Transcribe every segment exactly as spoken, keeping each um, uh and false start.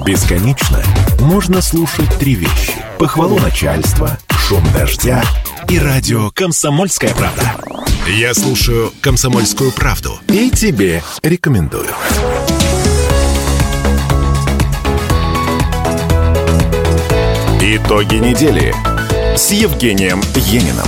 Бесконечно можно слушать три вещи: похвалу начальства, шум дождя и радио «Комсомольская правда». Я слушаю «Комсомольскую правду» и тебе рекомендую. Итоги недели с Евгением Ениным.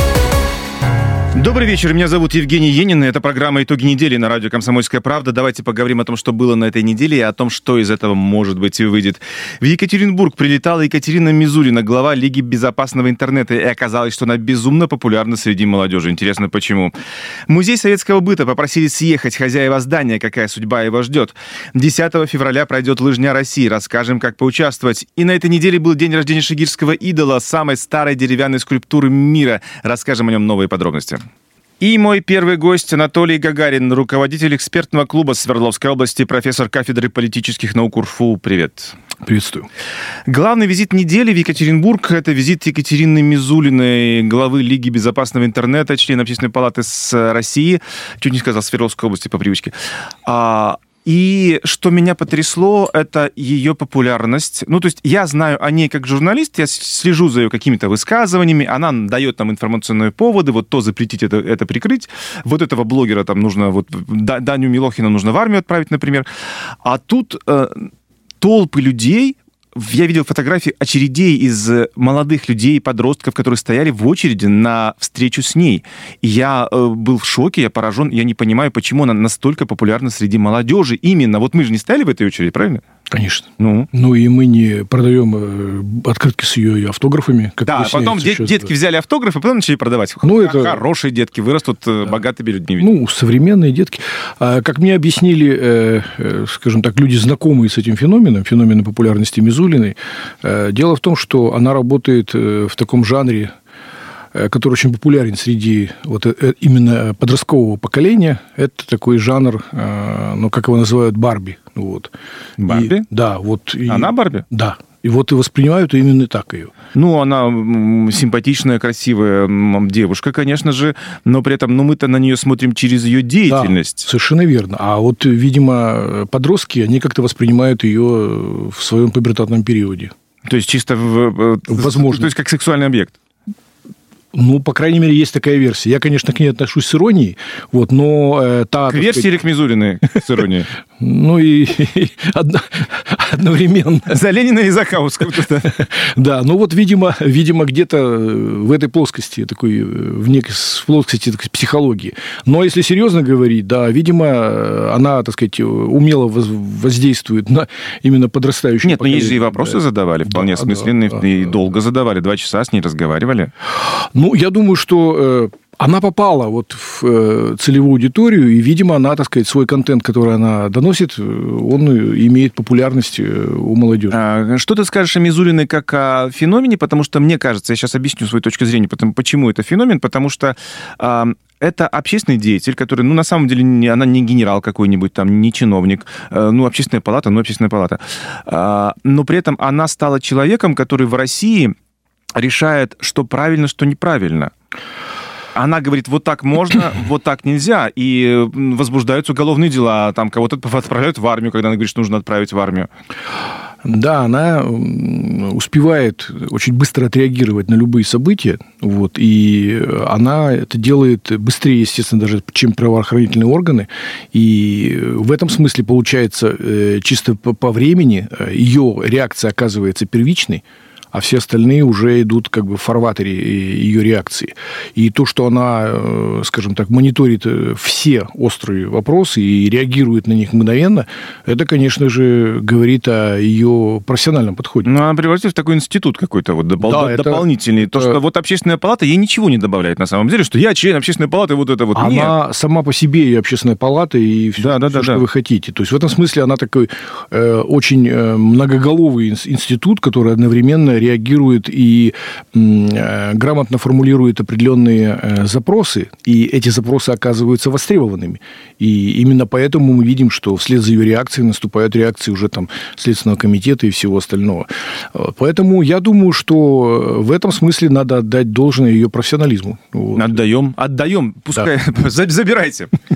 Добрый вечер, меня зовут Евгений Енин, и это программа «Итоги недели» на радио «Комсомольская правда». Давайте поговорим о том, что было на этой неделе, и о том, что из этого, может быть, и выйдет. В Екатеринбург прилетала Екатерина Мизулина, глава Лиги безопасного интернета, и оказалось, что она безумно популярна среди молодежи. Интересно, почему? Музей советского быта попросили съехать хозяева здания, какая судьба его ждет. десятого февраля пройдет «Лыжня России», расскажем, как поучаствовать. И на этой неделе был день рождения шигирского идола, самой старой деревянной скульптуры мира. Расскажем о нем новые подробности. И мой первый гость Анатолий Гагарин, руководитель экспертного клуба Свердловской области, профессор кафедры политических наук УрФУ. Привет. Приветствую. Главный визит недели в Екатеринбург – это визит Екатерины Мизулиной, главы Лиги безопасного интернета, члена Общественной палаты с России. Чуть не сказал, Свердловской области по привычке. А... И что меня потрясло, это ее популярность. Ну, то есть я знаю о ней как журналист, я слежу за ее какими-то высказываниями, она дает нам информационные поводы, вот то запретить, это, это прикрыть, вот этого блогера там нужно, вот Даню Милохина нужно в армию отправить, например. А тут э, толпы людей. Я видел фотографии очередей из молодых людей, подростков, которые стояли в очереди на встречу с ней. И я э, был в шоке, я поражен, я не понимаю, почему она настолько популярна среди молодежи. Именно, вот мы же не стояли в этой очереди, правильно? Конечно. Ну, ну и мы не продаем открытки с ее автографами. Как да, потом дет, детки да. взяли автографы, потом начали продавать. Ну, это... Хорошие детки вырастут да. богатыми людьми. Ну, современные детки. Как мне объяснили, скажем так, люди, знакомые с этим феноменом, феноменом популярности Мизулиной, дело в том, что она работает в таком жанре, который очень популярен среди вот именно подросткового поколения. Это такой жанр, ну, как его называют, Барби. Вот. Барби? И, да. Вот, и, она Барби? Да. И вот и воспринимают именно так ее. Ну, она симпатичная, красивая девушка, конечно же, но при этом ну, мы-то на нее смотрим через ее деятельность. Да, совершенно верно. А вот, видимо, подростки, они как-то воспринимают ее в своем пубертатном периоде. То есть чисто... В... Возможно. То есть как сексуальный объект? Ну, по крайней мере, есть такая версия. Я, конечно, к ней отношусь с иронией, вот, но э, та... К версии сказать... или к Мизулиной с иронией? Ну, и одновременно. За Ленина и за Каутского. Да, ну вот, видимо, видимо, где-то в этой плоскости, такой, в некой плоскости такой психологии. Но если серьезно говорить, да, видимо, она, так сказать, умело воздействует на именно подрастающее Нет, но есть же и вопросы задавали, вполне осмысленные, и долго задавали, два часа с ней разговаривали. Ну, я думаю, что э, она попала вот в э, целевую аудиторию, и, видимо, она, так сказать, свой контент, который она доносит, он имеет популярность у молодежи. А, что ты скажешь о Мизулиной как о феномене? Потому что, мне кажется, я сейчас объясню свою точку зрения, потому, почему это феномен, потому что... А, это общественный деятель, который, ну, на самом деле, не, она не генерал какой-нибудь, там, не чиновник, э, ну, общественная палата, ну, общественная палата. А, но при этом она стала человеком, который в России... решает, что правильно, что неправильно. Она говорит, вот так можно, вот так нельзя, и возбуждаются уголовные дела, там кого-то отправляют в армию, когда она говорит, что нужно отправить в армию. Да, она успевает очень быстро отреагировать на любые события, вот, и она это делает быстрее, естественно, даже, чем правоохранительные органы, и в этом смысле, получается, чисто по времени ее реакция оказывается первичной, а все остальные уже идут как бы в фарватере ее реакции. И то, что она, скажем так, мониторит все острые вопросы и реагирует на них мгновенно, это, конечно же, говорит о ее профессиональном подходе. Ну, она превратилась в такой институт какой-то вот допол- да, дополнительный. Это... То, что вот общественная палата ей ничего не добавляет на самом деле, что я член общественной палаты, вот это вот. Она Нет. сама по себе и общественная палата, и все, да, да, все да, что да. вы хотите. То есть в этом смысле она такой э, очень многоголовый институт, который одновременно реагирует и э, грамотно формулирует определенные э, запросы, и эти запросы оказываются востребованными. И именно поэтому мы видим, что вслед за ее реакцией наступают реакции уже там Следственного комитета и всего остального. Поэтому я думаю, что в этом смысле надо отдать должное ее профессионализму. Вот. Отдаем, отдаем, пускай, да. забирайте.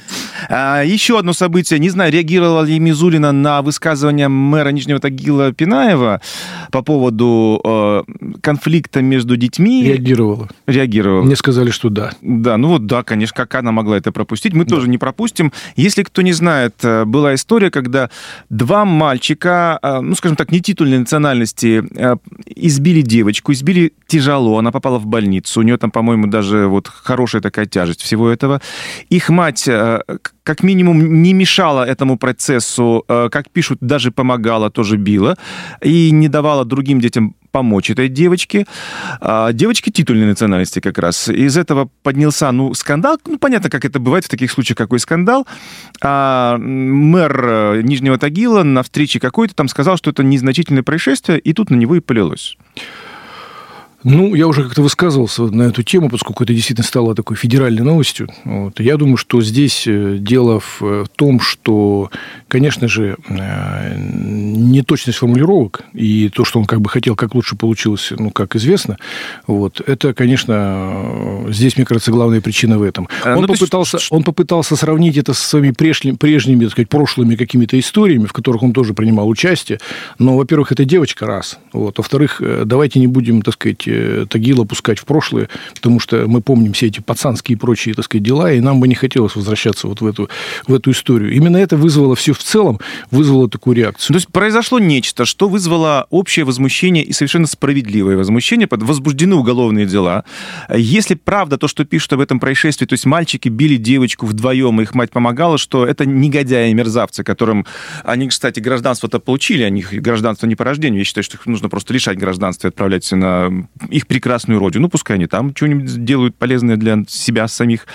Еще одно событие. Не знаю, реагировала ли Мизулина на высказывание мэра Нижнего Тагила Пинаева по поводу э, конфликта между детьми. Реагировала. Реагировала. Мне сказали, что да. Да, ну вот да, конечно, как она могла это пропустить. Мы да. тоже не пропустим. Если кто не знает, была история, когда два мальчика, ну, скажем так, нетитульной национальности, избили девочку, избили тяжело, она попала в больницу, у нее там, по-моему, даже вот хорошая такая тяжесть всего этого. Их мать, как минимум, не мешала этому процессу, как пишут, даже помогала, тоже била, и не давала другим детям помочь этой девочке. Девочки титульной национальности как раз. Из этого поднялся, ну, скандал. Ну, понятно, как это бывает в таких случаях, какой скандал. А мэр Нижнего Тагила на встрече какой-то там сказал, что это незначительное происшествие, и тут на него и полилось. Ну, я уже как-то высказывался на эту тему, поскольку это действительно стало такой федеральной новостью. Вот. Я думаю, что здесь дело в том, что, конечно же, неточность формулировок и то, что он как бы хотел, как лучше получилось, ну, как известно, вот, это, конечно, здесь, мне кажется, главная причина в этом. Он, ну, попытался, есть... он попытался сравнить это со своими прежними, прежними, так сказать, прошлыми какими-то историями, в которых он тоже принимал участие. Но, во-первых, это девочка, раз. Вот. Во-вторых, давайте не будем, так сказать, Тагила пускать в прошлое, потому что мы помним все эти пацанские и прочие, так сказать, дела, и нам бы не хотелось возвращаться вот в эту, в эту историю. Именно это вызвало все в целом, вызвало такую реакцию. То есть произошло нечто, что вызвало общее возмущение и совершенно справедливое возмущение, возбуждены уголовные дела. Если правда то, что пишут об этом происшествии, то есть мальчики били девочку вдвоем, и их мать помогала, что это негодяи и мерзавцы, которым они, кстати, гражданство-то получили, они гражданство не по рождению, я считаю, что их нужно просто лишать гражданства и отправлять на их прекрасную родину. Ну, пускай они там что-нибудь делают полезное для себя самих.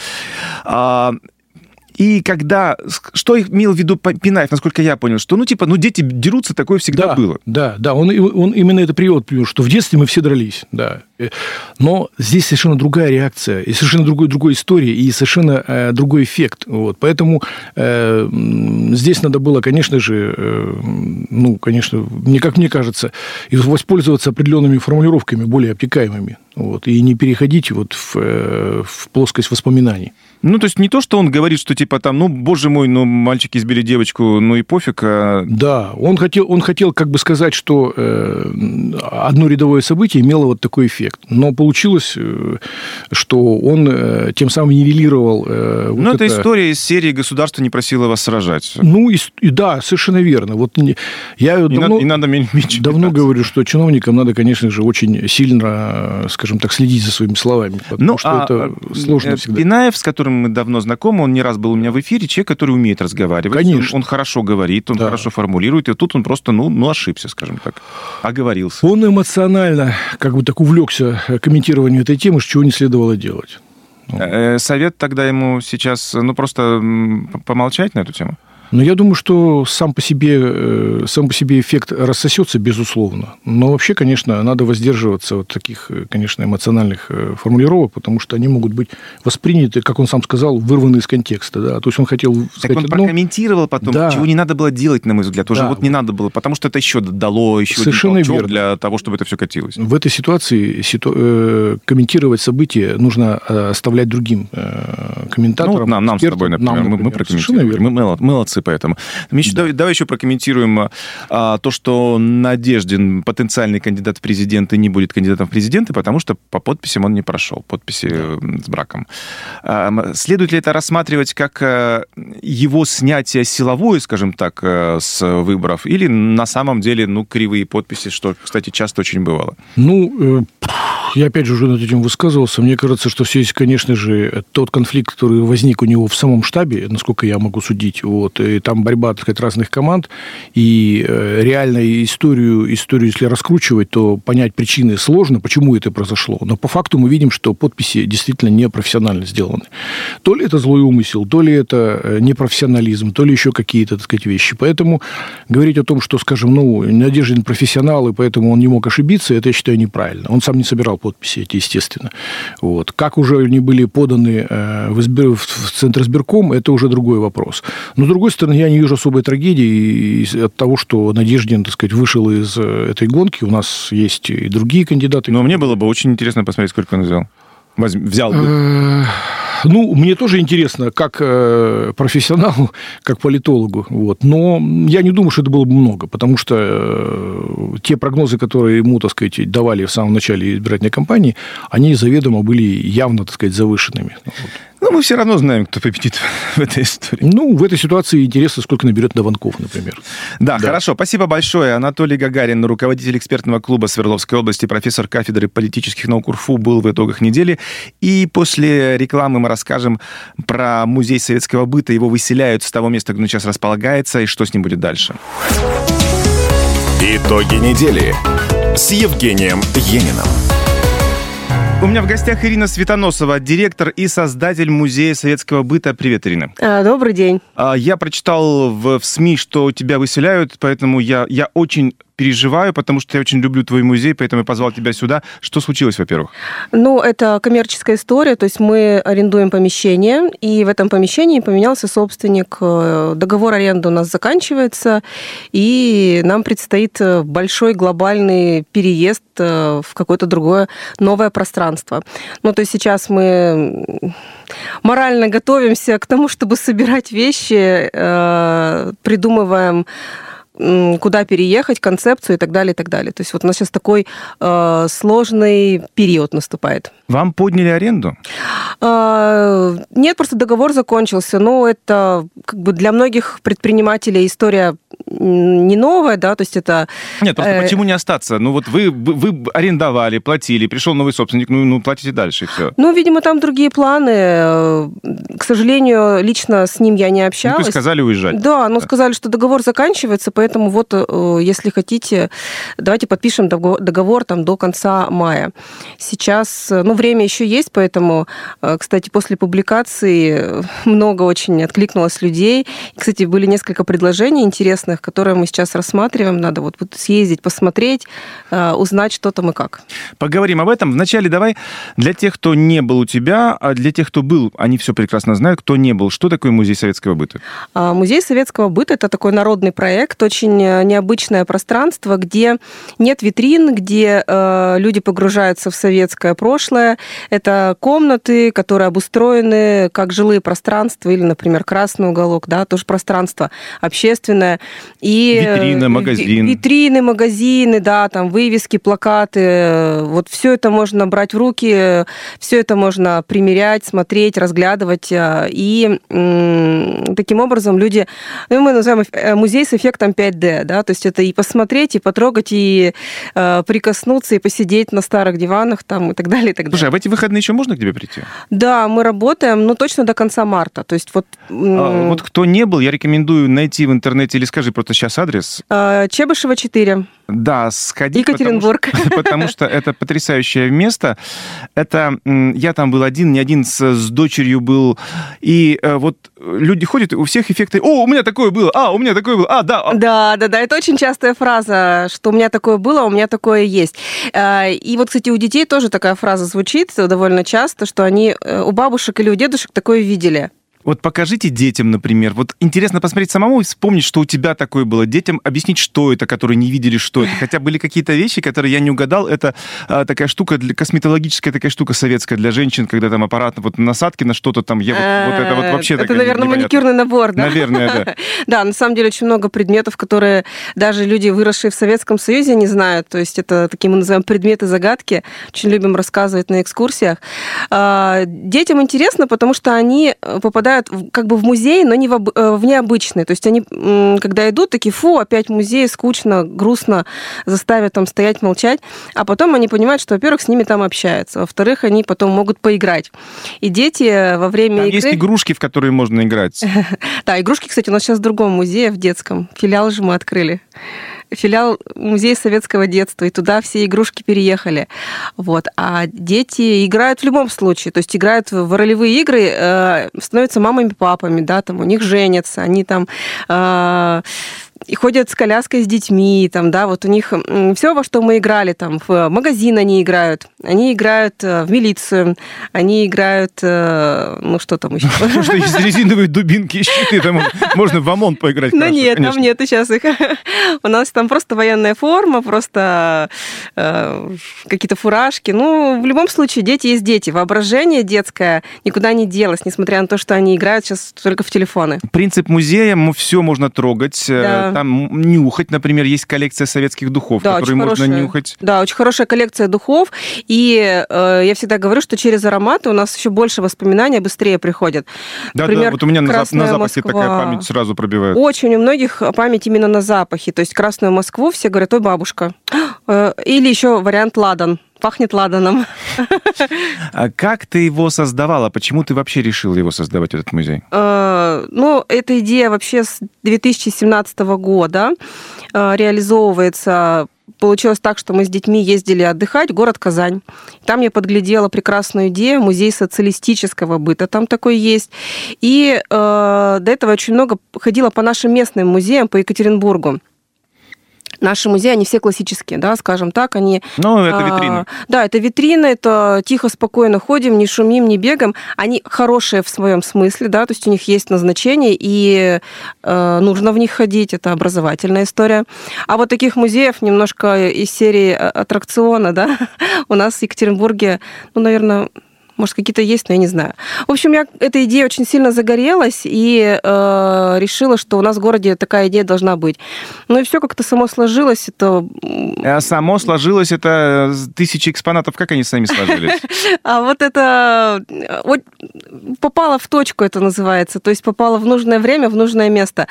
И когда... Что имел в виду Пинаев, насколько я понял? Что, ну, типа, ну, дети дерутся, такое всегда да, было. Да, да, он, он именно это привел, что в детстве мы все дрались, да. Но здесь совершенно другая реакция, и совершенно другой, другой история, и совершенно э, другой эффект. Вот. Поэтому э, здесь надо было, конечно же, э, ну, конечно, мне, как мне кажется, воспользоваться определенными формулировками, более обтекаемыми, вот, и не переходить вот в, э, в плоскость воспоминаний. Ну, то есть не то, что он говорит, что типа там, ну, боже мой, ну, мальчики избили девочку, ну и пофиг. А... Да, он хотел, он хотел как бы сказать, что э, одно рядовое событие имело вот такой эффект. Но получилось, э, что он э, тем самым нивелировал... Э, вот ну, это... это история из серии «Государство не просило вас сражать». Ну, и, и, да, совершенно верно. Вот я и давно, надо, и надо меньше давно говорю, что чиновникам надо, конечно же, очень сильно, скажем так, следить за своими словами, потому ну, что а это сложно всегда. Пинаев, с которым мы давно знакомы, он не раз был у меня в эфире, человек, который умеет разговаривать. Конечно. Он, он хорошо говорит, он да. хорошо формулирует, и тут он просто, ну, ну, ошибся, скажем так, оговорился. Он эмоционально как бы так увлекся комментированию этой темы, чего не следовало делать. Совет тогда ему сейчас, ну, просто помолчать на эту тему? Но я думаю, что сам по себе, сам по себе эффект рассосется, безусловно. Но вообще, конечно, надо воздерживаться от таких, конечно, эмоциональных формулировок, потому что они могут быть восприняты, как он сам сказал, вырваны из контекста. Да? То есть он хотел сказать... Так он одно... прокомментировал потом, да. чего не надо было делать, на мой взгляд. Уже да. вот не надо было, потому что это еще дало еще совершенно один верно. Для того, чтобы это все катилось. В этой ситуации ситу... комментировать события нужно оставлять другим комментаторам. Ну, нам, нам с тобой, например, нам, например. мы, мы прокомментируем. Мы молодцы. Поэтому. Еще, да. давай, давай еще прокомментируем а, то, что Надеждин, потенциальный кандидат в президенты, не будет кандидатом в президенты, потому что по подписям он не прошел, подписи да. с браком. А, следует ли это рассматривать как а, его снятие силовое, скажем так, а, с выборов, или на самом деле, ну, кривые подписи, что, кстати, часто очень бывало? Ну, э, я опять же уже над этим высказывался. Мне кажется, что все есть, конечно же, тот конфликт, который возник у него в самом штабе, насколько я могу судить, вот, и там борьба, так сказать, разных команд, и э, реально историю, историю, если раскручивать, то понять причины сложно, почему это произошло. Но по факту мы видим, что подписи действительно непрофессионально сделаны. То ли это злой умысел, то ли это непрофессионализм, то ли еще какие-то, так сказать, вещи. Поэтому говорить о том, что, скажем, ну, Надеждин профессионал, и поэтому он не мог ошибиться, это, я считаю, неправильно. Он сам не собирал подписи эти, естественно. Вот. Как уже они были поданы э, в, избир... в Центр избирком, это уже другой вопрос. Но, с другой стороны, я не вижу особой трагедии от того, что Надеждин, так сказать, вышел из этой гонки. У нас есть и другие кандидаты. Но мне было бы очень интересно посмотреть, сколько он взял. Взял бы. Ну, мне тоже интересно, как э, профессионалу, как политологу. Вот. Но я не думаю, что это было бы много, потому что э, те прогнозы, которые ему, так сказать, давали в самом начале избирательной кампании, они заведомо были явно, так сказать, завышенными. Вот. Ну, мы все равно знаем, кто победит в этой истории. Ну, в этой ситуации интересно, сколько наберет Нованков, например. Да, да, хорошо. Спасибо большое. Анатолий Гагарин, руководитель экспертного клуба Свердловской области, профессор кафедры политических наук УрФУ, был в итогах недели. И после рекламы мы расскажем про музей советского быта. Его выселяют с того места, где он сейчас располагается, и что с ним будет дальше. Итоги недели с Евгением Ениным. У меня в гостях Ирина Светоносова, директор и создатель Музея советского быта. Привет, Ирина. Добрый день. Я прочитал в СМИ, что тебя выселяют, поэтому я, я очень переживаю, потому что я очень люблю твой музей, поэтому я позвал тебя сюда. Что случилось, во-первых? Ну, это коммерческая история, то есть мы арендуем помещение, и в этом помещении поменялся собственник. Договор аренды у нас заканчивается, и нам предстоит большой глобальный переезд в какое-то другое новое пространство. Ну, то есть сейчас мы морально готовимся к тому, чтобы собирать вещи, придумываем, куда переехать, концепцию и так далее, и так далее. То есть вот у нас сейчас такой э, сложный период наступает. Вам подняли аренду? Э, нет, просто договор закончился. Но это как бы для многих предпринимателей история не новая, да, то есть это... Нет, просто э... почему не остаться? Ну вот вы, вы арендовали, платили, пришел новый собственник, ну, ну платите дальше, и все. Ну, видимо, там другие планы. К сожалению, лично с ним я не общалась. Ну, то есть сказали уезжать. Да, но да. сказали, что договор заканчивается, поэтому вот, если хотите, давайте подпишем договор там до конца мая. Сейчас, ну, время еще есть, поэтому, кстати, после публикации много очень откликнулось людей. И, кстати, были несколько предложений интересных, которые мы сейчас рассматриваем. Надо вот съездить, посмотреть, узнать, что там и как. Поговорим об этом. Вначале давай для тех, кто не был у тебя, а для тех, кто был, они все прекрасно знают, кто не был. Что такое Музей советского быта? Музей советского быта – это такой народный проект, очень необычное пространство, где нет витрин, где люди погружаются в советское прошлое. Это комнаты, которые обустроены как жилые пространства, или, например, красный уголок, да, тоже пространство общественное. И витрина, магазин. Витрины, магазины, да, там вывески, плакаты. Вот все это можно брать в руки, все это можно примерять, смотреть, разглядывать. И таким образом люди... Ну, мы называем музей с эффектом пять дэ, да, то есть это и посмотреть, и потрогать, и э, прикоснуться, и посидеть на старых диванах там, и так далее, и так далее. Слушай, а в эти выходные еще можно к тебе прийти? Да, мы работаем, ну, точно до конца марта. То есть вот... А, вот кто не был, я рекомендую найти в интернете, или скажи просто сейчас адрес. Чебышева, четыре. Да, сходи. Екатеринбург. Потому что, потому что это потрясающее место. Это я там был один, не один, с, с дочерью был. И э, вот люди ходят, у всех эффекты. О, у меня такое было, а, у меня такое было, а, да. Да, да, да, это очень частая фраза, что у меня такое было, у меня такое есть. И вот, кстати, у детей тоже такая фраза звучит довольно часто, что они у бабушек или у дедушек такое видели. Вот покажите детям, например. Вот интересно посмотреть самому и вспомнить, что у тебя такое было. Детям объяснить, что это, которые не видели, что это. Хотя были какие-то вещи, которые я не угадал. Это а, такая штука, для, косметологическая такая штука советская для женщин, когда там аппарат вот насадки на что-то там. Я вот, вот это вот вообще... Это, наверное, маникюрный набор, да? Наверное, да. Да, на самом деле очень много предметов, которые даже люди, выросшие в Советском Союзе, не знают. То есть это такие мы называем предметы-загадки. Очень любим рассказывать на экскурсиях. Детям интересно, потому что они попадают как бы в музей, но не в, в необычный. То есть они, когда идут, такие, фу, опять музей, скучно, грустно, заставят там стоять, молчать. А потом они понимают, что, во-первых, с ними там общаются, во-вторых, они потом могут поиграть. И дети во время там игры... есть игрушки, в которые можно играть. Да, игрушки, кстати, у нас сейчас в другом музее, в детском. Филиал же мы открыли. Филиал Музея советского детства, и туда все игрушки переехали. Вот. А дети играют в любом случае, то есть играют в ролевые игры, э, становятся мамами, папами, да, там у них женятся, они там... Э, и ходят с коляской с детьми, там, да, вот у них все, во что мы играли, там, в магазин они играют, они играют в милицию, они играют, ну, что там еще? Потому что есть резиновые дубинки и щиты, там можно в ОМОН поиграть. Ну нет, там нет сейчас их. У нас там просто военная форма, просто какие-то фуражки. Ну, в любом случае, дети есть дети. Воображение детское никуда не делось, несмотря на то, что они играют сейчас только в телефоны. Принцип музея, все можно трогать, да. Там нюхать, например, есть коллекция советских духов, да, которые можно хорошая, нюхать. Да, очень хорошая коллекция духов, и э, я всегда говорю, что через ароматы у нас еще больше воспоминаний быстрее приходят. Да, Например, да, вот у меня на, на запахе Москва. Такая память сразу пробивает. Очень у многих память именно на запахе, то есть Красную Москву все говорят, ой, бабушка. Или еще вариант ладан. Пахнет ладаном. А как ты его создавала? Почему ты вообще решила его создавать, этот музей? Ну, эта идея вообще с две тысячи семнадцатого года реализовывается. Получилось так, что мы с детьми ездили отдыхать в город Казань. Там я подглядела прекрасную идею, музей социалистического быта там такой есть. И э, до этого очень много ходила по нашим местным музеям по Екатеринбургу. Наши музеи, они все классические, да, скажем так, они... Ну, это витрина. А, да, это витрина, это тихо, спокойно ходим, не шумим, не бегаем. Они хорошие в своем смысле, да, то есть у них есть назначение, и э, нужно в них ходить, это образовательная история. А вот таких музеев немножко из серии аттракциона, да, у нас в Екатеринбурге, ну, наверное... Может, какие-то есть, но я не знаю. В общем, я эта идея очень сильно загорелась и э, решила, что у нас в городе такая идея должна быть. Ну и все как-то само сложилось. Это... А само сложилось, это тысячи экспонатов. Как они сами сложились? А вот это... Попало в точку, это называется. То есть попало в нужное время, в нужное место.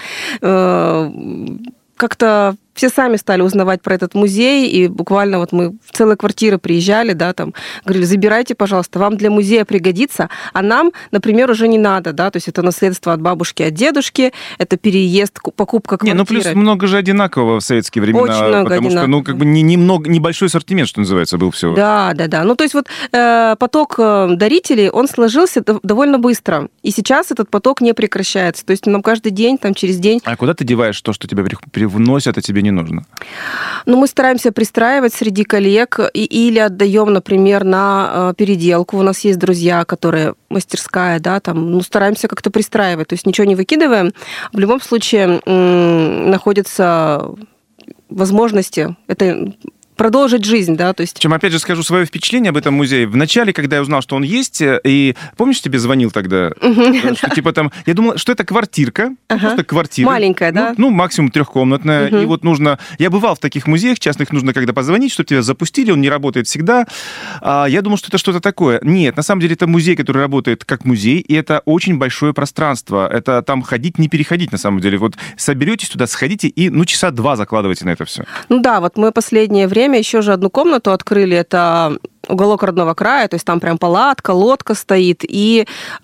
Как-то все сами стали узнавать про этот музей, и буквально вот мы в целые квартиры приезжали, да, там, говорили, забирайте, пожалуйста, вам для музея пригодится, а нам, например, уже не надо, да, то есть это наследство от бабушки, от дедушки, это переезд, покупка квартиры. Не, ну плюс много же одинакового в советские времена. Очень много потому одинакового. что, ну, как бы не, немного, небольшой ассортимент, что называется, был всего. Да, да, да. Ну, то есть вот э, поток дарителей, он сложился довольно быстро, и сейчас этот поток не прекращается, то есть нам каждый день, там, через день... А куда ты деваешь то, что тебя привносят, а тебе не нужно? Ну, мы стараемся пристраивать среди коллег и, или отдаем, например, на переделку. У нас есть друзья, которые мастерская, да, там, ну, стараемся как-то пристраивать, то есть ничего не выкидываем. В любом случае м- находятся возможности это продолжить жизнь, да, то есть... Чем, опять же, скажу свое впечатление об этом музее. Вначале, когда я узнал, что он есть, и помнишь, тебе звонил тогда? Что, типа там... Я думал, что это квартирка, просто квартира. Маленькая, да? Ну, максимум трехкомнатная. И вот нужно... Я бывал в таких музеях частных, нужно когда позвонить, чтобы тебя запустили, он не работает всегда. Я думал, что это что-то такое. Нет, на самом деле это музей, который работает как музей, и это очень большое пространство. Это там ходить, не переходить, на самом деле. Вот соберетесь туда, сходите и, ну, часа два закладывайте на это все. Ну да, вот мы последнее время еще же одну комнату открыли, это уголок родного края, то есть там прям палатка, лодка стоит, и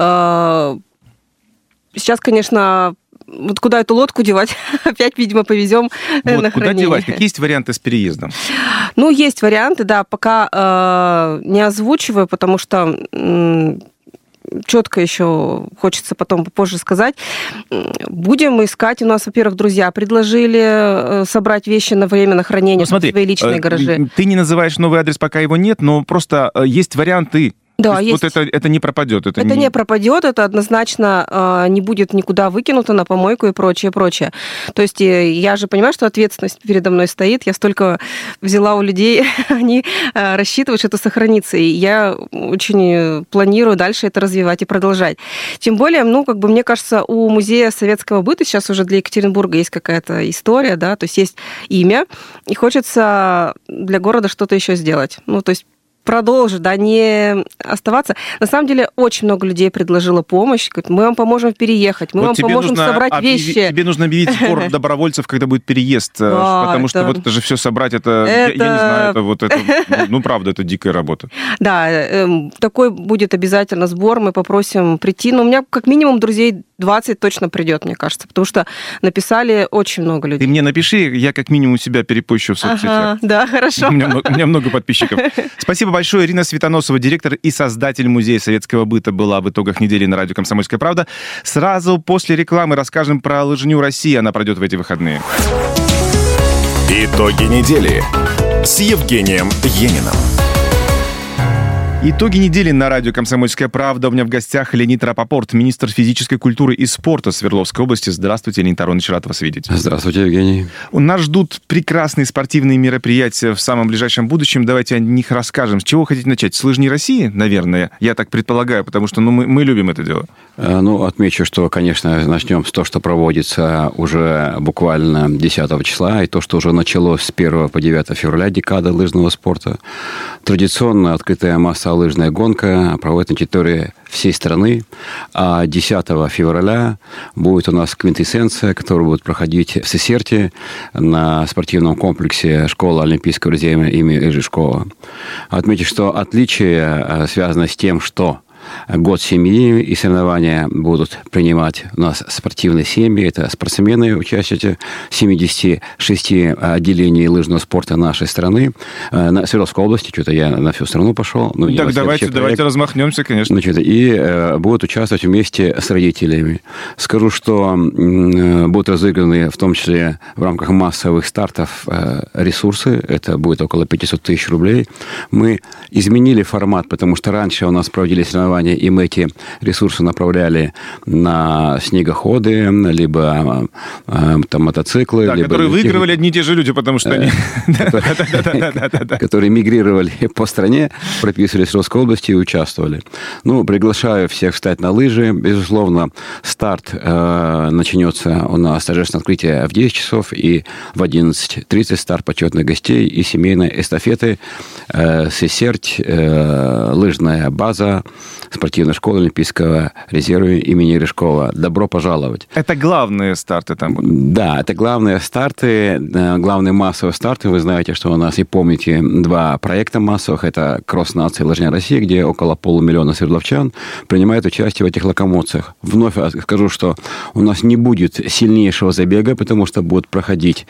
э, сейчас, конечно, вот куда эту лодку девать, опять, видимо, повезем вот, на куда хранение. девать? Какие есть варианты с переездом? Ну, есть варианты, да, пока э, не озвучиваю, потому что... Э, четко еще хочется потом попозже сказать. Будем искать. У нас, во-первых, друзья предложили собрать вещи на время на хранение, ну, смотри, в свои личные гаражи. Ты не называешь новый адрес, пока его нет, но просто есть варианты. Да, есть. Вот это, это не пропадет. Это, это не... не пропадет, это однозначно э, не будет никуда выкинуто на помойку и прочее, прочее. То есть э, я же понимаю, что ответственность передо мной стоит. Я столько взяла у людей, они э, рассчитывают, что это сохранится. И я очень планирую дальше это развивать и продолжать. Тем более, ну, как бы мне кажется, у музея советского быта сейчас уже для Екатеринбурга есть какая-то история, да, то есть есть имя, и хочется для города что-то еще сделать. Ну, то есть продолжить, да, не оставаться. На самом деле, очень много людей предложило помощь. Говорят, мы вам поможем переехать, мы вот вам поможем собрать объяви... вещи. Тебе нужно объявить сбор добровольцев, когда будет переезд, да, потому это... что вот это же все собрать, это, это... Я, я не знаю, это вот это, ну, правда, это дикая работа. Да, такой будет обязательно сбор, мы попросим прийти. Но у меня как минимум друзей двадцать точно придет, мне кажется, потому что написали очень много людей. Ты мне напиши, я как минимум себя перепощу в соцсетях. Ага, да, хорошо. У меня, много, у меня много подписчиков. Спасибо большое. Ирина Светоносова, директор и создатель Музея советского быта, была в итогах недели на радио «Комсомольская правда». Сразу после рекламы расскажем про лыжню России. Она пройдет в эти выходные. Итоги недели с Евгением Ениным. Итоги недели на радио «Комсомольская правда». У меня в гостях Леонид Рапопорт, министр физической культуры и спорта Свердловской области. Здравствуйте, Леонид Аронович, рад вас видеть. Здравствуйте, Евгений. Нас ждут прекрасные спортивные мероприятия в самом ближайшем будущем. Давайте о них расскажем. С чего вы хотите начать? С лыжни России, наверное? Я так предполагаю, потому что ну, мы, мы любим это дело. Ну, отмечу, что, конечно, начнем с того, что проводится уже буквально десятого числа, и то, что уже началось с первого по девятое февраля, декада лыжного спорта. Традиционно открытая массовая лыжная гонка проводится на территории всей страны, а десятого февраля будет у нас квинтэссенция, которая будет проходить в Сесерте на спортивном комплексе школы Олимпийского резерва имени Рыжкова. Отмечу, что отличие связано с тем, что год семьи, и соревнования будут принимать у нас спортивные семьи. Это спортсмены, участники семидесяти шести отделений лыжного спорта нашей страны. На Свердловской области, что-то я на всю страну пошел. Ну, так давайте, давайте размахнемся, конечно. Значит, и э, будут участвовать вместе с родителями. Скажу, что э, будут разыграны, в том числе в рамках массовых стартов, э, ресурсы. Это будет около пятьсот тысяч рублей. Мы изменили формат, потому что раньше у нас проводили соревнования, и мы эти ресурсы направляли на снегоходы, либо э, там, мотоциклы. Да, либо которые выигрывали одни и те же люди, потому что они... Которые мигрировали по стране, прописывались в Свердловской области и участвовали. Ну, приглашаю всех встать на лыжи. Безусловно, старт э, начнется у нас торжественное открытие в десять часов, и в одиннадцать тридцать старт почетных гостей и семейной эстафеты э, Сесерть, э, лыжная база, спортивной школы Олимпийского резерва имени Рыжкова. Добро пожаловать. Это главные старты там будут? Да, это главные старты, главные массовые старты. Вы знаете, что у нас, и помните, два проекта массовых. Это «Кросс нации» «Лыжня России», где около полумиллиона свердловчан принимают участие в этих локомоциях. Вновь скажу, что у нас не будет сильнейшего забега, потому что будет проходить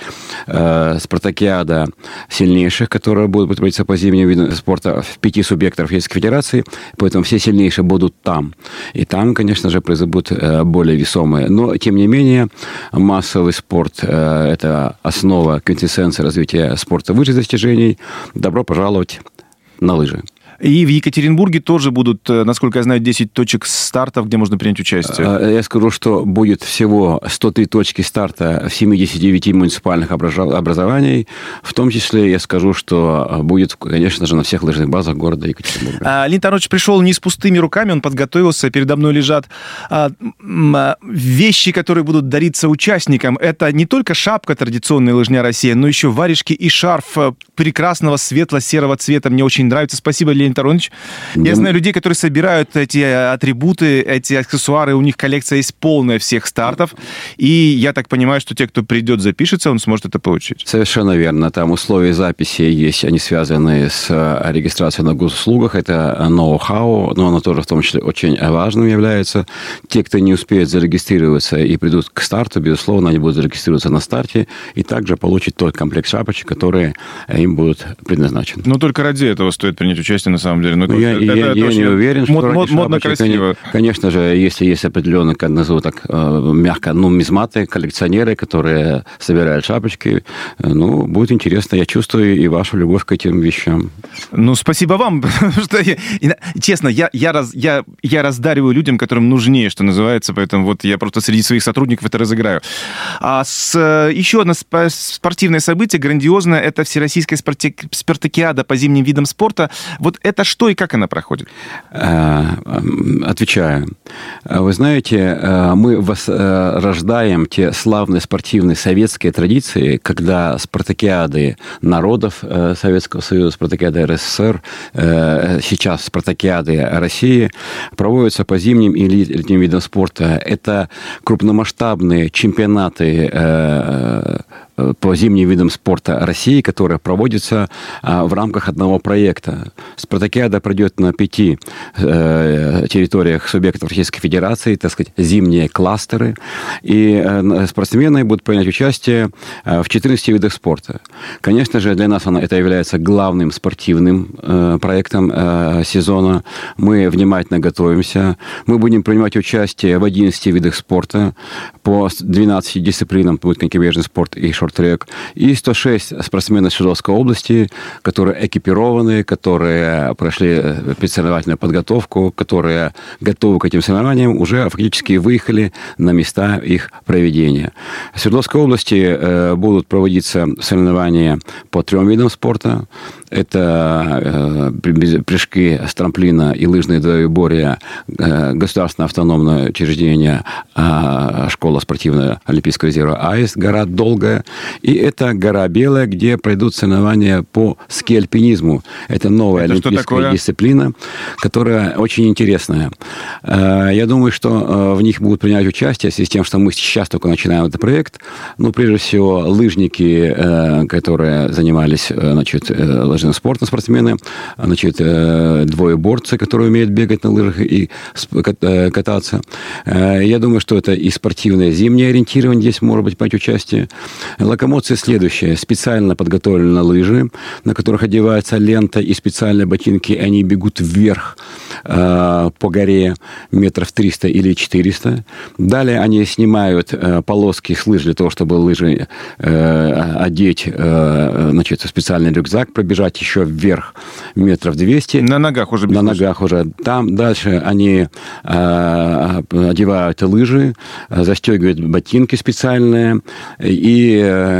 э, спартакиада сильнейших, которая будет проводиться по зимним видам спорта в пяти субъектах Российской Федерации. Поэтому все сильнейшие будут там. И там, конечно же, призы будут более весомые. Но, тем не менее, массовый спорт – это основа, квинтэссенция развития спорта высших достижений. Добро пожаловать на лыжи. И в Екатеринбурге тоже будут, насколько я знаю, десять точек стартов, где можно принять участие. Я скажу, что будет всего сто три точки старта в семидесяти девяти муниципальных образований. В том числе я скажу, что будет, конечно же, на всех лыжных базах города Екатеринбурга. А, Леонид Аронович пришел не с пустыми руками, он подготовился. Передо мной лежат а, а, вещи, которые будут дариться участникам. Это не только шапка традиционная «Лыжня Россия», но еще варежки и шарф прекрасного светло-серого цвета. Мне очень нравится. Спасибо, Леонид Аронович. Я Я... знаю людей, которые собирают эти атрибуты, эти аксессуары. У них коллекция есть полная всех стартов. И я так понимаю, что те, кто придет, запишется, он сможет это получить. Совершенно верно. Там условия записи есть, они связаны с регистрацией на госуслугах. Это ноу-хау, но оно тоже в том числе очень важным является. Те, кто не успеет зарегистрироваться и придут к старту, безусловно, они будут зарегистрироваться на старте и также получить тот комплект шапочек, которые им будут предназначены. Но только ради этого стоит принять участие на самом деле. Ну, я это, я, это я не уверен, что мод, мод, модно, красиво. Конечно же, если есть определенные, как назову так, мягко, нумизматы, коллекционеры, которые собирают шапочки, ну, будет интересно. Я чувствую и вашу любовь к этим вещам. Ну, спасибо вам. что я, честно, я, я, раз, я, я раздариваю людям, которым нужнее, что называется, поэтому вот я просто среди своих сотрудников это разыграю. А с, еще одно спортивное событие, грандиозное, это Всероссийская спартакиада по зимним видам спорта. Вот это что и как она проходит? Отвечаю. Вы знаете, мы возрождаем те славные спортивные советские традиции, когда спартакиады народов Советского Союза, спартакиады РСФСР, сейчас спартакиады России проводятся по зимним и летним видам спорта. Это крупномасштабные чемпионаты по зимним видам спорта России, которые проводятся в рамках одного проекта. Спартакиада пройдет на пяти территориях субъектов Российской Федерации, так сказать, зимние кластеры. И спортсмены будут принять участие в четырнадцати видах спорта. Конечно же, для нас это является главным спортивным проектом сезона. Мы внимательно готовимся. Мы будем принимать участие в одиннадцати видах спорта. По двенадцати дисциплинам будет конькобежный спорт и шоу шорт-трек, и сто шесть спортсменов Свердловской области, которые экипированы, которые прошли специализированную подготовку, которые готовы к этим соревнованиям, уже фактически выехали на места их проведения. В Свердловской области будут проводиться соревнования по трем видам спорта. Это прыжки с трамплина и лыжные двоеборья, государственное автономное учреждение, школа спортивная Олимпийского резерва АИС, гора Долгая. И это гора Белая, где пройдут соревнования по ски-альпинизму. Это новая это олимпийская дисциплина, которая очень интересная. Я думаю, что в них будут принять участие, в связи с тем, что мы сейчас только начинаем этот проект. Ну, прежде всего, лыжники, которые занимались, значит, лыжным спортом, спортсмены, значит, двоеборцы, которые умеют бегать на лыжах и кататься. Я думаю, что это и спортивное зимнее ориентирование здесь может быть принять участие. Локомоция следующая. Специально подготовлены лыжи, на которых одевается лента и специальные ботинки, и они бегут вверх э, по горе метров триста или четыреста. Далее они снимают э, полоски с лыж для того, чтобы лыжи э, одеть э, значит, в специальный рюкзак, пробежать еще вверх метров двести. На ногах уже. На ногах уже. Там дальше они э, одевают лыжи, застегивают ботинки специальные и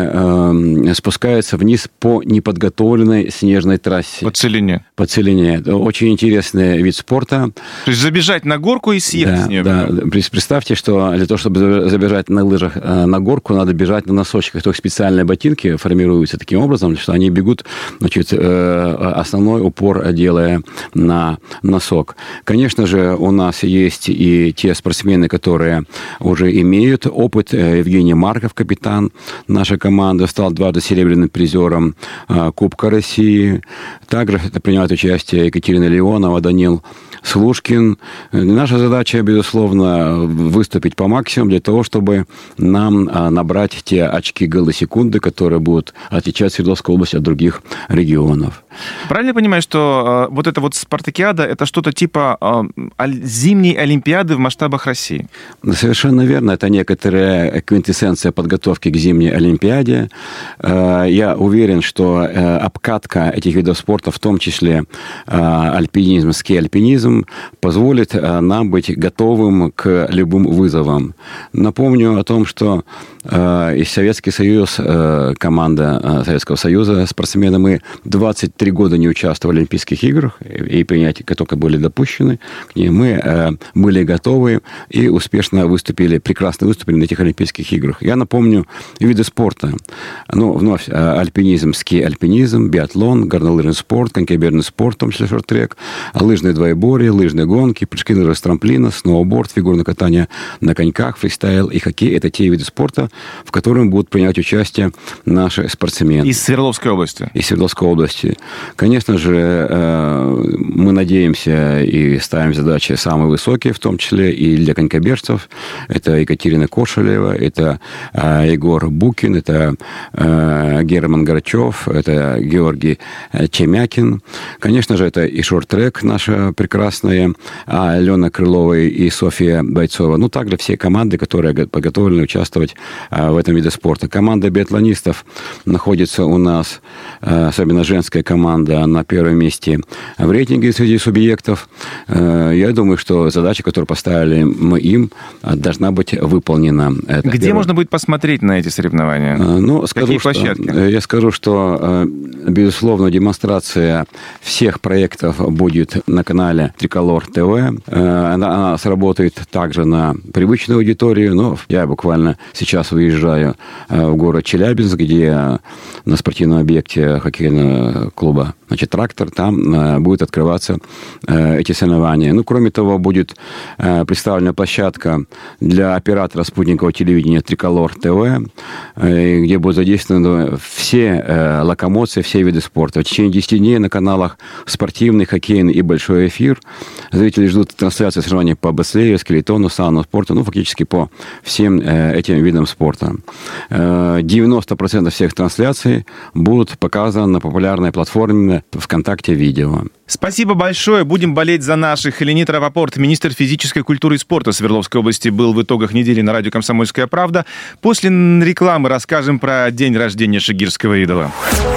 э, э, спускаются вниз по неподготовленной снежной трассе. По целине. По целине. Это очень интересный вид спорта. То есть забежать на горку и съехать да, с нее. Да. Представьте, что для того, чтобы забежать на лыжах на горку, надо бежать на носочках. Только специальные ботинки формируются таким образом, что они бегут, значит, основной упор делая на носок. Конечно же, у нас есть и те спортсмены, которые уже имеют опыт. Евгений Марков, капитан нашей команды, стал дважды серебряным призером Кубка России. Также принимают участие Екатерина Леонова, Данил Слушкин. Наша задача, безусловно, выступить по максимуму для того, чтобы нам набрать те очки галлосекунды, которые будут отличать Свердловскую область от других регионов. Правильно я понимаю, что э, вот эта вот спартакиада, это что-то типа э, зимней олимпиады в масштабах России? Совершенно верно. Это некоторая квинтэссенция подготовки к зимней олимпиаде. Э, я уверен, что э, обкатка этих видов спорта, в том числе э, альпинизм, ски-альпинизм, позволит э, нам быть готовым к любым вызовам. Напомню о том, что э, и Советский Союз, э, команда э, Советского Союза, спортсмены, мы двадцать три года не участвовали в Олимпийских играх, и принятия, как только были допущены к ним, мы э, были готовы и успешно выступили, прекрасно выступили на этих Олимпийских играх. Я напомню виды спорта. Ну, вновь, э, альпинизм, ски-альпинизм, биатлон, горнолыжный спорт, конькобежный спорт, в том числе шорт-трек, лыжные двоеборья, лыжные гонки, прыжки с трамплина, сноуборд, фигурное катание на коньках, фристайл и хоккей. Это те виды спорта, в которых будут принимать участие наши спортсмены. Из Свердловской области. Из Свердловской области. Конечно же, мы надеемся и ставим задачи самые высокие, в том числе и для конькобежцев. Это Екатерина Кошелева, это Егор Букин, это Герман Грачев, это Георгий Чемякин. Конечно же, это и шорт-трек наша прекрасная, Алена Крылова и Софья Бойцова. Ну, также все команды, которые подготовлены участвовать в этом виде спорта. Команда биатлонистов находится у нас, особенно женская команда, на первом месте в рейтинге среди субъектов. Я думаю, что задача, которую поставили мы им, должна быть выполнена. Это Где первое. Можно будет посмотреть на эти соревнования? Ну, скажу, Какие что, площадки? Я скажу, что, безусловно, демонстрация всех проектов будет на канале Триколор ТВ. Она, она сработает также на привычную аудиторию, но я буквально сейчас выезжаю в город Челябинск, где на спортивном объекте хоккейного клуба, значит, «Трактор», там будет открываться эти соревнования. Ну, кроме того, будет представлена площадка для оператора спутникового телевидения «Триколор ТВ», где будут задействованы все локомоции, все виды спорта. В течение десяти дней на каналах спортивный, хоккейный и большой эфир. Зрители ждут трансляции соревнований по бобслею, скелетону, санному спорту, ну, фактически по всем этим видам спорта. девяносто процентов всех трансляций будут показаны на популярной платформе ВКонтакте видео. Спасибо большое. Будем болеть за наших. Леонид Рапопорт, министр физической культуры и спорта Свердловской области, был в итогах недели на радио «Комсомольская правда». После рекламы расскажем про день рождения шагирского идола.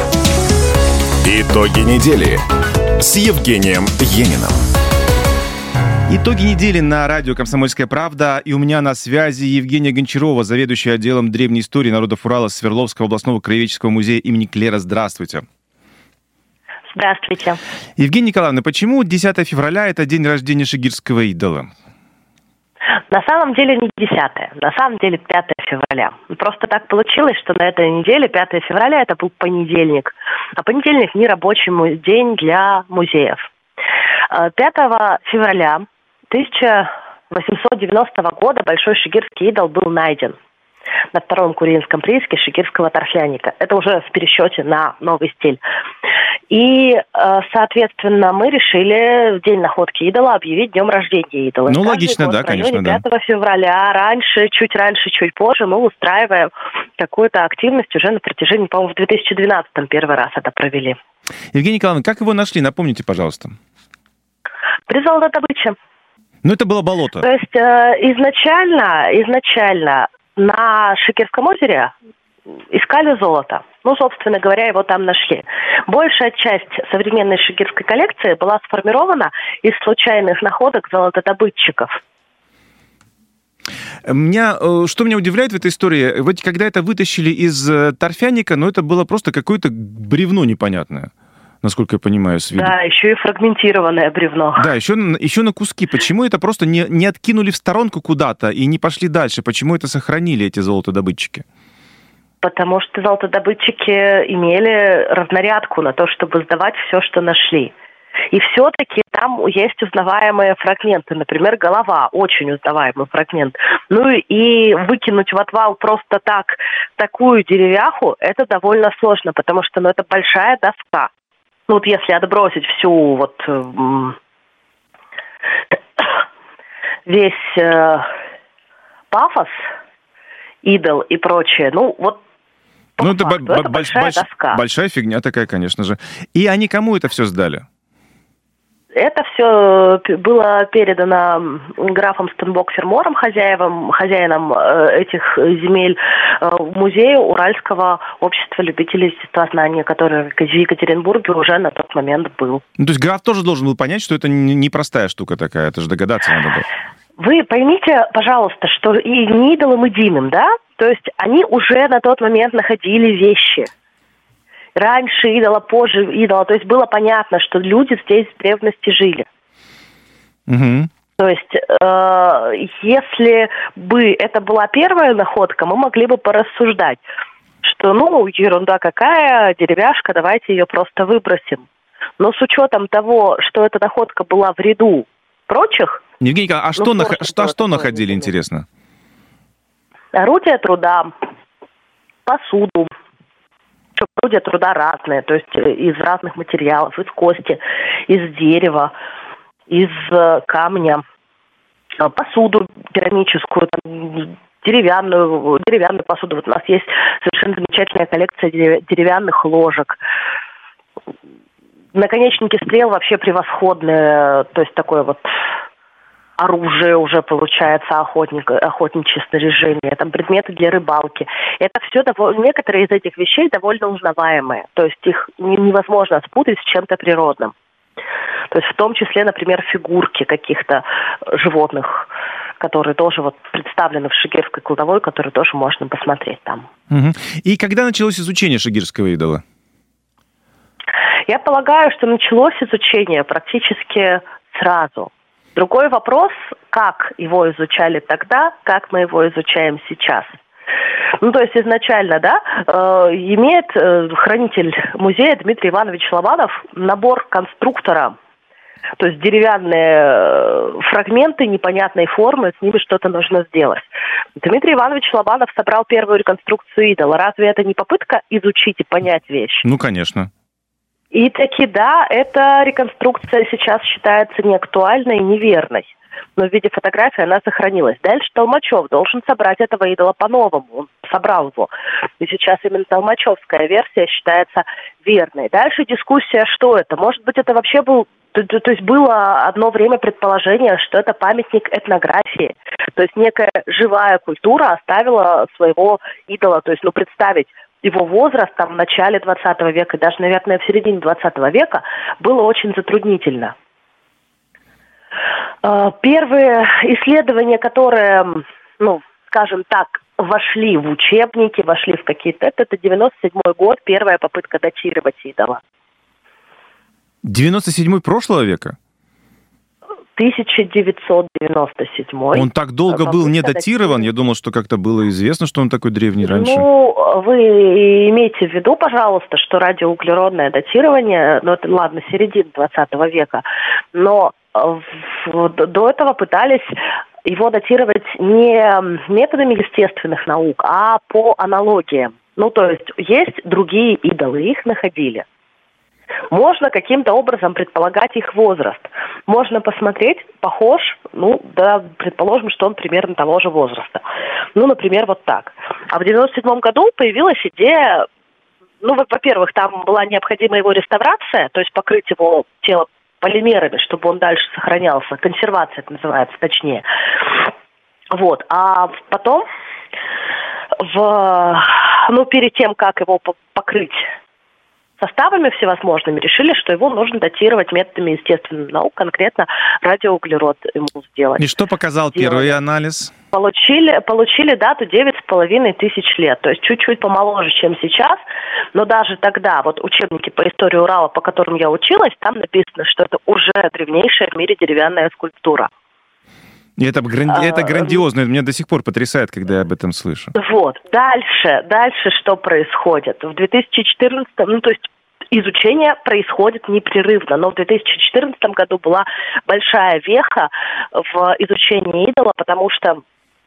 Итоги недели с Евгением Ениным. Итоги недели на радио «Комсомольская правда». И у меня на связи Евгения Гончарова, заведующая отделом древней истории народов Урала Свердловского областного краеведческого музея имени Клера. Здравствуйте. Здравствуйте. Евгения Николаевна, почему десятое февраля – это день рождения шагирского идола? На самом деле не десятое, на самом деле пятое февраля. Просто так получилось, что на этой неделе, пятое февраля, это был понедельник. А понедельник – не рабочий день для музеев. пятого февраля тысяча восемьсот девяностого года большой шагирский идол был найден на втором Курилинском прииске шагирского торфяника. Это уже в пересчете на новый стиль. И, соответственно, мы решили в день находки идола объявить днем рождения идола. Ну, логично, да, конечно, да. пятого февраля, раньше, чуть раньше, чуть позже мы устраиваем какую-то активность уже на протяжении, по-моему, в две тысячи двенадцатом первый раз это провели. Евгения Николаевна, как его нашли? Напомните, пожалуйста. При золотодобыче. Ну, это было болото. То есть э, изначально, изначально на Шагирском озере искали золото. Ну, собственно говоря, его там нашли. Большая часть современной шагирской коллекции была сформирована из случайных находок золотодобытчиков. Меня, что меня удивляет в этой истории, вот когда это вытащили из торфяника, ну, это было просто какое-то бревно непонятное, насколько я понимаю, с виду. Да, еще и фрагментированное бревно. Да, еще, еще на куски. Почему это просто не, не откинули в сторонку куда-то и не пошли дальше? Почему это сохранили, эти золотодобытчики? Потому что золотодобытчики имели разнарядку на то, чтобы сдавать все, что нашли. И все-таки там есть узнаваемые фрагменты. Например, голова, очень узнаваемый фрагмент. Ну и выкинуть в отвал просто так такую деревяху, это довольно сложно, потому что ну, это большая доска. Ну вот если отбросить всю вот весь э, пафос, идол и прочее, ну вот ну, это, факту, б- это больш- большая больш- доска. Большая фигня такая, конечно же. И они кому это все сдали? Это все было передано графом Стенбок-Фермором, хозяевам, хозяинам этих земель, музею Уральского общества любителей естествознания, который в Екатеринбурге уже на тот момент был. Ну, то есть граф тоже должен был понять, что это непростая штука такая, это же догадаться надо было. Вы поймите, пожалуйста, что и не идолам, и димым, да? То есть они уже на тот момент находили вещи. Раньше идола, позже идола. То есть было понятно, что люди здесь в древности жили. Угу. То есть, э, если бы это была первая находка, мы могли бы порассуждать, что, ну, ерунда какая, деревяшка, давайте ее просто выбросим. Но с учетом того, что эта находка была в ряду прочих... Евгений, а что, ну, нах... что, что находили, интересно? Орудия труда, посуду. Орудия труда разные, то есть из разных материалов, из кости, из дерева, из камня, посуду керамическую, там, деревянную, деревянную посуду. Вот у нас есть совершенно замечательная коллекция деревянных ложек. Наконечники стрел вообще превосходные, то есть такое вот оружие уже получается, охотник, охотничье снаряжение, там предметы для рыбалки. Это все довольно, некоторые из этих вещей довольно узнаваемые, то есть их невозможно спутать с чем-то природным. То есть в том числе, например, фигурки каких-то животных, которые тоже вот представлены в шагирской кладовой, которые тоже можно посмотреть там. Угу. И когда началось изучение шагирского идола? Я полагаю, что началось изучение практически сразу. Другой вопрос, как его изучали тогда, как мы его изучаем сейчас. Ну, то есть изначально, да, э, имеет э, хранитель музея Дмитрий Иванович Лобанов набор конструктора, то есть деревянные фрагменты непонятной формы, с ними что-то нужно сделать. Дмитрий Иванович Лобанов собрал первую реконструкцию идола. Разве это не попытка изучить и понять вещь? Ну, конечно. И таки да, эта реконструкция сейчас считается неактуальной и неверной. но в виде фотографии она сохранилась. Дальше Толмачев должен собрать этого идола по-новому. Он собрал его. И сейчас именно толмачевская версия считается верной. Дальше дискуссия, что это. Может быть, это вообще был... То, то, то есть было одно время предположение, что это памятник этнографии. То есть некая живая культура оставила своего идола. То есть, ну, представить его возраст там, в начале двадцатого века, даже, наверное, в середине двадцатого века было очень затруднительно. Первые исследования, которые, ну, скажем так, вошли в учебники, вошли в какие-то... Это, это девяносто седьмой год, первая попытка датировать идола. девяносто седьмой прошлого века? тысяча девятьсот девяносто седьмой. Он так долго был не датирован? Я думал, что как-то было известно, что он такой древний раньше. Ну, вы имейте в виду, пожалуйста, что радиоуглеродное датирование, ну, это, ладно, середина двадцатого века, но в, до этого пытались его датировать не методами естественных наук, а по аналогиям. Ну, то есть есть другие идолы, их находили. Можно каким-то образом предполагать их возраст. Можно посмотреть, похож, ну, да, предположим, что он примерно того же возраста. Ну, например, вот так. А в девяносто седьмом году появилась идея, ну, во-первых, там была необходима его реставрация, то есть покрыть его тело полимерами, чтобы он дальше сохранялся. Консервация это называется, точнее. Вот. А потом, в, ну, перед тем, как его покрыть составами всевозможными, решили, что его нужно датировать методами естественных наук, конкретно радиоуглерод ему сделать. И что показал Сделали. Первый анализ? Получили, получили дату девять с половиной тысяч лет, то есть чуть-чуть помоложе, чем сейчас, но даже тогда, вот учебники по истории Урала, по которым я училась, там написано, что это уже древнейшая в мире деревянная скульптура. И это, гранди... это грандиозно, это меня до сих пор потрясает, когда я об этом слышу. Вот. Дальше, дальше что происходит? В две тысячи четырнадцатом, ну то есть изучение происходит непрерывно, но в две тысячи четырнадцатом году была большая веха в изучении идола, потому что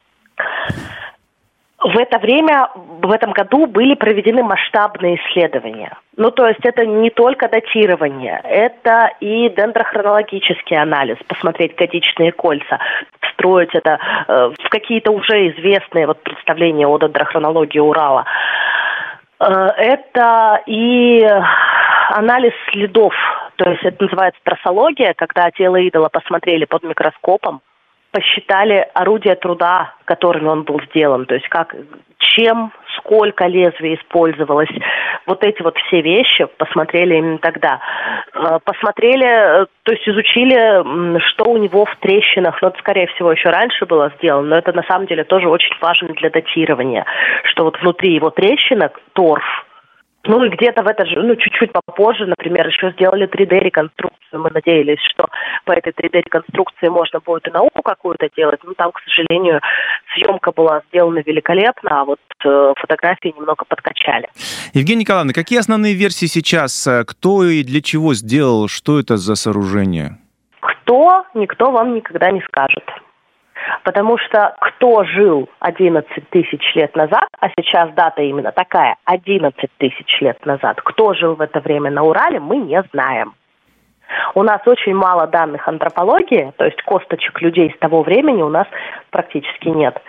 в это время, в этом году были проведены масштабные исследования. Ну, то есть это не только датирование, это и дендрохронологический анализ, посмотреть годичные кольца, встроить это э, в какие-то уже известные вот, представления о дендрохронологии Урала. Э, это и анализ следов, то есть это называется трассология, когда тело идола посмотрели под микроскопом, посчитали орудия труда, которыми он был сделан, то есть как, чем, сколько лезвий использовалось, вот эти вот все вещи посмотрели именно тогда. Посмотрели, то есть изучили, что у него в трещинах, но это, скорее всего, еще раньше было сделано, но это на самом деле тоже очень важно для датирования, что вот внутри его трещинок торф. Ну и где-то в это же, ну чуть-чуть попозже, например, еще сделали три дэ-реконструкцию. Мы надеялись, что по этой три дэ-реконструкции можно будет и науку какую-то делать. Но там, к сожалению, съемка была сделана великолепно, а вот э, фотографии немного подкачали. Евгения Николаевна, какие основные версии сейчас? Кто и для чего сделал? Что это за сооружение? Кто, никто вам никогда не скажет. Потому что кто жил одиннадцать тысяч лет назад, а сейчас дата именно такая, одиннадцать тысяч лет назад, кто жил в это время на Урале, мы не знаем. У нас очень мало данных антропологии, то есть косточек людей с того времени у нас практически нет.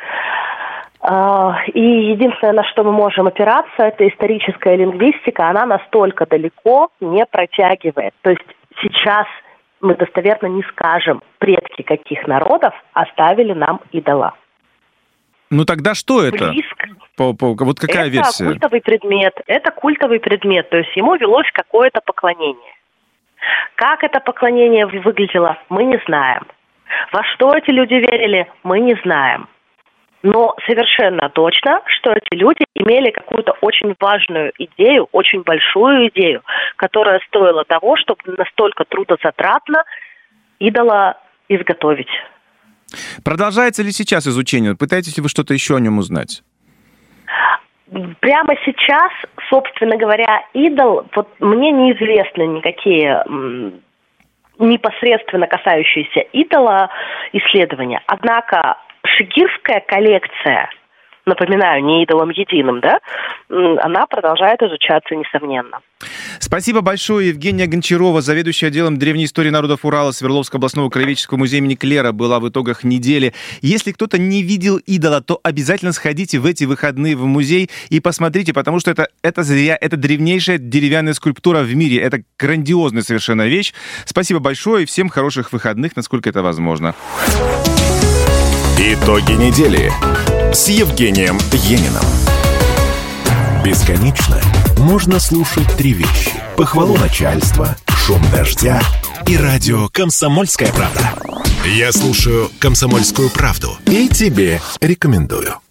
И единственное, на что мы можем опираться, это историческая лингвистика, она настолько далеко не протягивает. То есть сейчас мы достоверно не скажем, предки каких народов оставили нам идола. Ну тогда что это? Близко. По, по, вот какая это версия? Это культовый предмет. Это культовый предмет. То есть ему велось какое-то поклонение. Как это поклонение выглядело, мы не знаем. Во что эти люди верили, мы не знаем. Но совершенно точно, что эти люди имели какую-то очень важную идею, очень большую идею, которая стоила того, чтобы настолько трудозатратно идола изготовить. Продолжается ли сейчас изучение? Пытаетесь ли вы что-то еще о нем узнать? Прямо сейчас, собственно говоря, идол, вот мне неизвестны никакие м, непосредственно касающиеся идола исследования. Однако шигирская коллекция напоминаю, не идолом единым, да, она продолжает изучаться, несомненно. Спасибо большое. Евгения Гончарова, заведующая отделом древней истории народов Урала Свердловского областного краеведческого музея имени Клера, была в итогах недели. Если кто-то не видел идола, то обязательно сходите в эти выходные в музей и посмотрите, потому что это, это, это древнейшая деревянная скульптура в мире. Это грандиозная совершенно вещь. Спасибо большое и всем хороших выходных, насколько это возможно. Итоги недели с Евгением Ениным. Бесконечно можно слушать три вещи: похвалу начальства, шум дождя и радио «Комсомольская правда». Я слушаю «Комсомольскую правду» и тебе рекомендую.